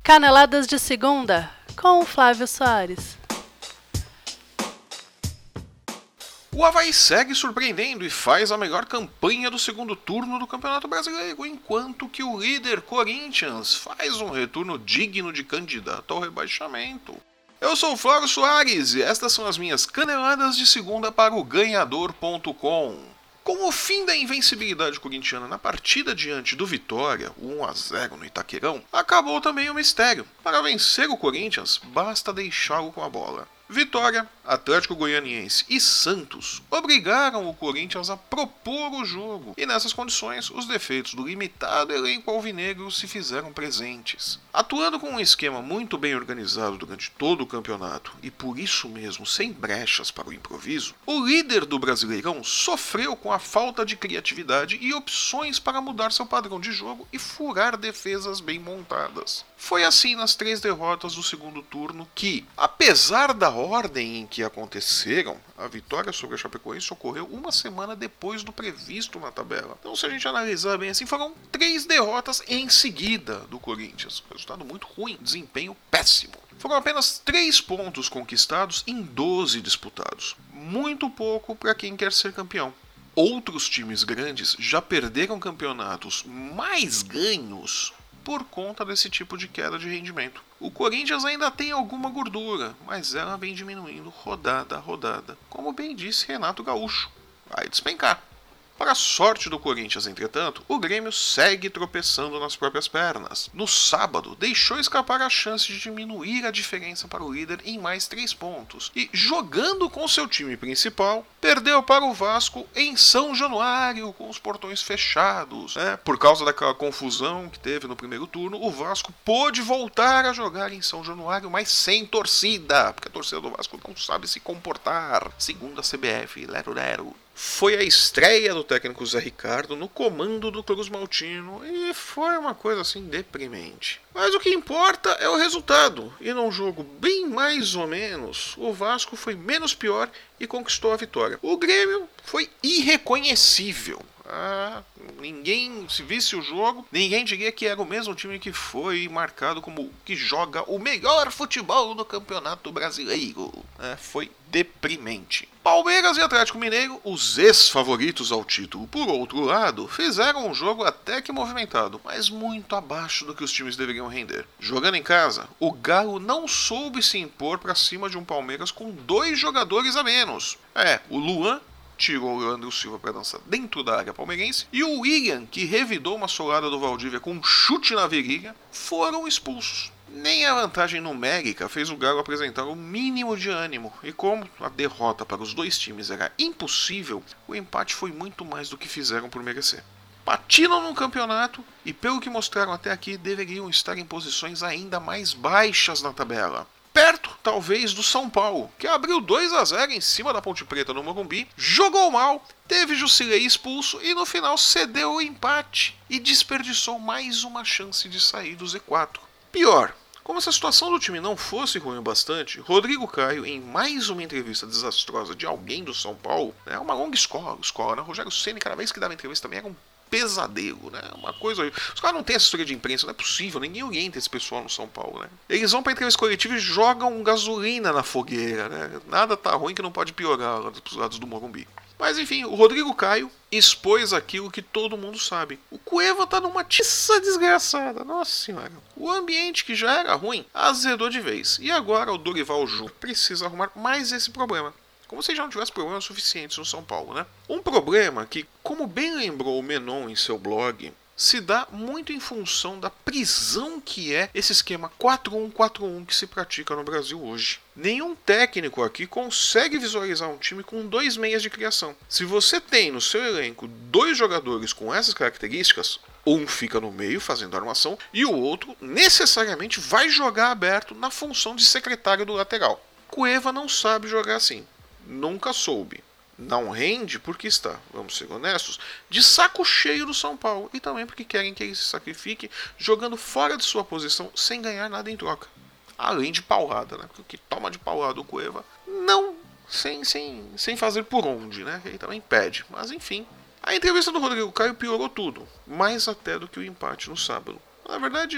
Caneladas de Segunda, com o Flávio Soares. O Avaí segue surpreendendo e faz a melhor campanha do segundo turno do Campeonato Brasileiro, enquanto que o líder Corinthians faz um retorno digno de candidato ao rebaixamento. Eu sou o Flávio Soares e estas são as minhas caneladas de segunda para o Ganhador.com. Com o fim da invencibilidade corintiana na partida diante do Vitória, o 1-0 no Itaquerão, acabou também o mistério. Para vencer o Corinthians, basta deixá-lo com a bola. Vitória, Atlético Goianiense e Santos obrigaram o Corinthians a propor o jogo, e nessas condições os defeitos do limitado elenco alvinegro se fizeram presentes. Atuando com um esquema muito bem organizado durante todo o campeonato e por isso mesmo sem brechas para o improviso, o líder do Brasileirão sofreu com a falta de criatividade e opções para mudar seu padrão de jogo e furar defesas bem montadas. Foi assim nas 3 derrotas do segundo turno que, apesar da ordem em que aconteceram, a vitória sobre a Chapecoense ocorreu uma semana depois do previsto na tabela. Então, se a gente analisar bem assim, foram 3 derrotas em seguida do Corinthians. Resultado muito ruim, desempenho péssimo. Foram apenas 3 pontos conquistados em 12 disputados. Muito pouco para quem quer ser campeão. Outros times grandes já perderam campeonatos mais ganhos por conta desse tipo de queda de rendimento. O Corinthians ainda tem alguma gordura, mas ela vem diminuindo rodada a rodada. Como bem disse Renato Gaúcho, vai despencar. Para a sorte do Corinthians, entretanto, o Grêmio segue tropeçando nas próprias pernas. No sábado, deixou escapar a chance de diminuir a diferença para o líder em mais 3 pontos. E, jogando com seu time principal, perdeu para o Vasco em São Januário, com os portões fechados. Por causa daquela confusão que teve no primeiro turno, o Vasco pôde voltar a jogar em São Januário, mas sem torcida, porque a torcida do Vasco não sabe se comportar, segundo a CBF. Lero. Foi a estreia do técnico Zé Ricardo no comando do Cruz Maltino e foi uma coisa assim deprimente. Mas o que importa é o resultado, e num jogo bem mais ou menos, o Vasco foi menos pior e conquistou a vitória. O Grêmio foi irreconhecível. Ninguém, se visse o jogo, ninguém diria que era o mesmo time que foi marcado como que joga o melhor futebol do Campeonato Brasileiro. Foi deprimente. Palmeiras e Atlético Mineiro, os ex-favoritos ao título, por outro lado, fizeram um jogo até que movimentado, mas muito abaixo do que os times deveriam render. Jogando em casa, o Galo não soube se impor para cima de um Palmeiras com 2 jogadores a menos. O Luan tirou o Leandro Silva para dançar dentro da área palmeirense, e o William, que revidou uma solada do Valdívia com um chute na virilha, foram expulsos. Nem a vantagem numérica fez o Galo apresentar o mínimo de ânimo, e como a derrota para os 2 times era impossível, o empate foi muito mais do que fizeram por merecer. Patinam no campeonato e, pelo que mostraram até aqui, deveriam estar em posições ainda mais baixas na tabela. Perto, talvez, do São Paulo, que abriu 2-0 em cima da Ponte Preta no Morumbi, jogou mal, teve Jusilei expulso e no final cedeu o empate e desperdiçou mais uma chance de sair do Z4. Pior, como se a situação do time não fosse ruim o bastante, Rodrigo Caio, em mais uma entrevista desastrosa de alguém do São Paulo, uma longa escola, né? Rogério Ceni, cada vez que dava entrevista também era um pesadelo, uma coisa. Os caras não têm assessoria de imprensa, não é possível, ninguém orienta esse pessoal no São Paulo, Eles vão pra entrevista coletiva e jogam gasolina na fogueira, Nada tá ruim que não pode piorar lá dos lados do Morumbi. Mas enfim, o Rodrigo Caio expôs aquilo que todo mundo sabe. O Cueva tá numa tiça desgraçada, nossa senhora. O ambiente que já era ruim azedou de vez. E agora o Dorival Júnior precisa arrumar mais esse problema. Como se já não tivesse problemas suficientes no São Paulo, Um problema que, como bem lembrou o Menon em seu blog, se dá muito em função da prisão que é esse esquema 4-1-4-1 que se pratica no Brasil hoje. Nenhum técnico aqui consegue visualizar um time com 2 meias de criação. Se você tem no seu elenco 2 jogadores com essas características, um fica no meio fazendo armação e o outro necessariamente vai jogar aberto na função de secretário do lateral. Cueva não sabe jogar assim. Nunca soube. Não rende porque está, vamos ser honestos, de saco cheio do São Paulo. E também porque querem que ele se sacrifique jogando fora de sua posição sem ganhar nada em troca. Além de paulada, Porque o que toma de paulada o Cueva, não sem fazer por onde, Ele também pede. Mas enfim. A entrevista do Rodrigo Caio piorou tudo. Mais até do que o empate no sábado. A verdade é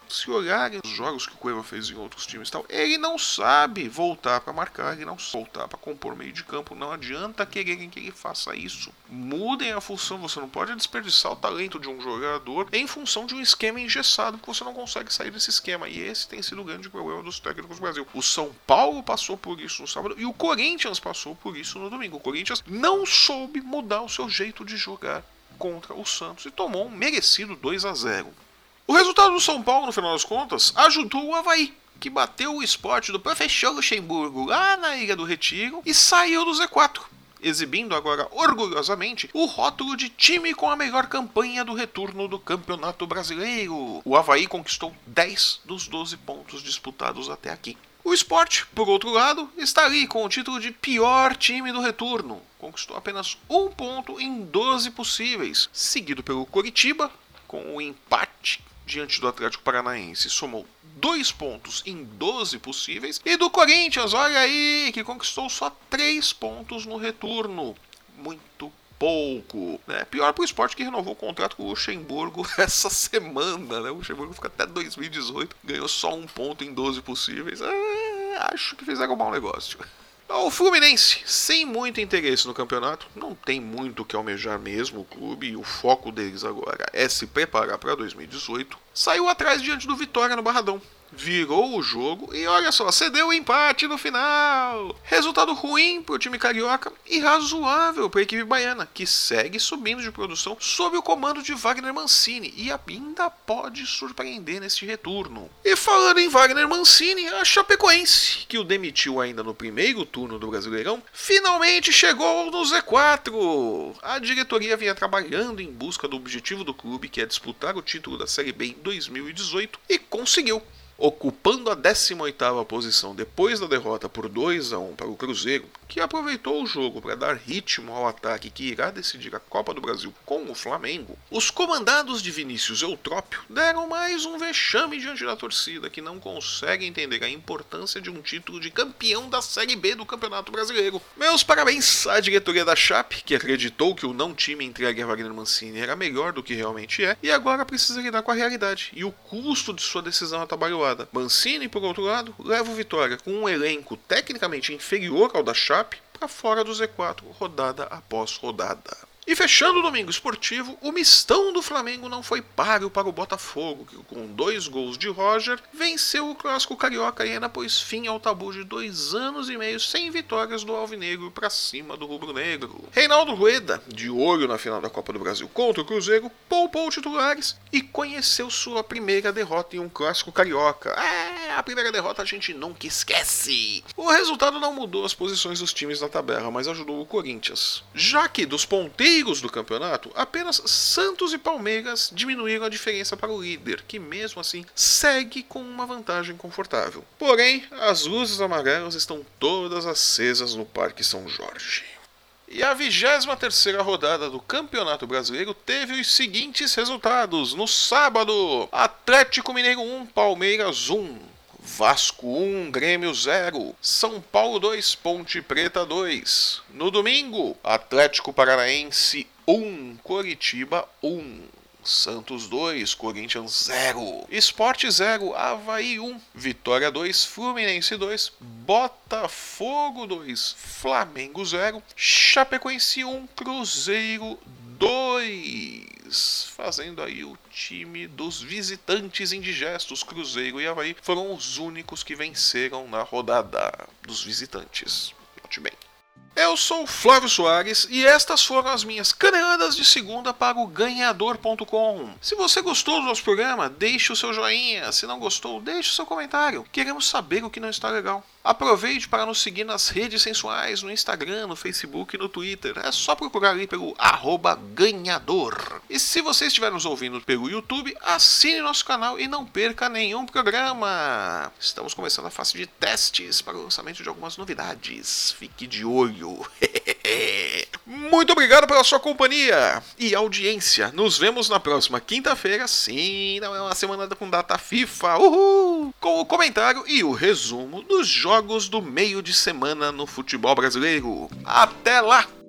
se olharem os jogos que o Cueva fez em outros times e tal, ele não sabe voltar para marcar, ele não sabe voltar para compor meio de campo. Não adianta quererem que ele faça isso. Mudem a função, você não pode desperdiçar o talento de um jogador em função de um esquema engessado, que você não consegue sair desse esquema. E esse tem sido o grande problema dos técnicos do Brasil. O São Paulo passou por isso no sábado e o Corinthians passou por isso no domingo. O Corinthians não soube mudar o seu jeito de jogar contra o Santos e tomou um merecido 2-0. O resultado do São Paulo, no final das contas, ajudou o Avaí, que bateu o Sport do professor Luxemburgo lá na Ilha do Retiro e saiu do Z4, exibindo agora orgulhosamente o rótulo de time com a melhor campanha do retorno do Campeonato Brasileiro. O Avaí conquistou 10 dos 12 pontos disputados até aqui. O Sport, por outro lado, está ali com o título de pior time do retorno. Conquistou apenas 1 ponto em 12 possíveis, seguido pelo Coritiba, com o empate diante do Atlético Paranaense, somou 2 pontos em 12 possíveis, e do Corinthians, olha aí, que conquistou só 3 pontos no retorno. Muito pouco, né? Pior pro Sport, que renovou o contrato com o Luxemburgo essa semana, né? O Luxemburgo fica até 2018, ganhou só 1 ponto em 12 possíveis. Acho que fizeram um mau negócio. O Fluminense, sem muito interesse no campeonato, não tem muito o que almejar mesmo o clube, e o foco deles agora é se preparar para 2018, saiu atrás diante do Vitória no Barradão. Virou o jogo e olha só, cedeu o empate no final. Resultado ruim para o time carioca e razoável para a equipe baiana, que segue subindo de produção sob o comando de Wagner Mancini e ainda pode surpreender neste retorno. E falando em Wagner Mancini, a Chapecoense, que o demitiu ainda no primeiro turno do Brasileirão, finalmente chegou no Z4. A diretoria vinha trabalhando em busca do objetivo do clube, que é disputar o título da Série B em 2018, e conseguiu. Ocupando a 18ª posição depois da derrota por 2-1 para o Cruzeiro, que aproveitou o jogo para dar ritmo ao ataque que irá decidir a Copa do Brasil com o Flamengo, os comandados de Vinícius Eutrópio deram mais um vexame diante da torcida, que não consegue entender a importância de um título de campeão da Série B do Campeonato Brasileiro. Meus parabéns à diretoria da Chape, que acreditou que o não time entregue a Wagner Mancini era melhor do que realmente é, e agora precisa lidar com a realidade e o custo de sua decisão atabalhoada. Mancini, por outro lado, leva o Vitória com um elenco tecnicamente inferior ao da Chape para fora do Z4, rodada após rodada. E fechando o domingo esportivo, o mistão do Flamengo não foi páreo para o Botafogo, que com 2 gols de Roger, venceu o clássico carioca e ainda pôs fim ao tabu de 2 anos e meio sem vitórias do alvinegro para cima do rubro-negro. Reinaldo Rueda, de olho na final da Copa do Brasil contra o Cruzeiro, poupou titulares e conheceu sua primeira derrota em um clássico carioca. A primeira derrota a gente nunca esquece. O resultado não mudou as posições dos times na tabela, mas ajudou o Corinthians, já que dos ponteiros do campeonato, apenas Santos e Palmeiras diminuíram a diferença para o líder, que mesmo assim segue com uma vantagem confortável. Porém, as luzes amarelas estão todas acesas no Parque São Jorge. E a 23ª rodada do Campeonato Brasileiro teve os seguintes resultados. No sábado, Atlético Mineiro 1, Palmeiras 1. Vasco 1, Grêmio 0, São Paulo 2, Ponte Preta 2. No domingo, Atlético Paranaense 1, Coritiba 1. Santos 2, Corinthians 0, Sport 0, Avaí 1, Vitória 2, Fluminense 2, Botafogo 2, Flamengo 0, Chapecoense 1, Cruzeiro 2. Fazendo aí o time dos visitantes indigestos. Cruzeiro e Avaí foram os únicos que venceram na rodada dos visitantes. Note bem. Eu sou Flávio Soares e estas foram as minhas caneladas de segunda para o Ganhador.com. Se você gostou do nosso programa, deixe o seu joinha. Se não gostou, deixe o seu comentário. Queremos saber o que não está legal. Aproveite para nos seguir nas redes sensuais, no Instagram, no Facebook e no Twitter. É só procurar ali pelo @ganhador. E se você estiver nos ouvindo pelo YouTube, assine nosso canal e não perca nenhum programa. Estamos começando a fase de testes para o lançamento de algumas novidades. Fique de olho. Muito obrigado pela sua companhia e audiência. Nos vemos na próxima quinta-feira. Sim, não é uma semana com data FIFA. Uhul! Com o comentário e o resumo dos jogos do meio de semana no futebol brasileiro. Até lá!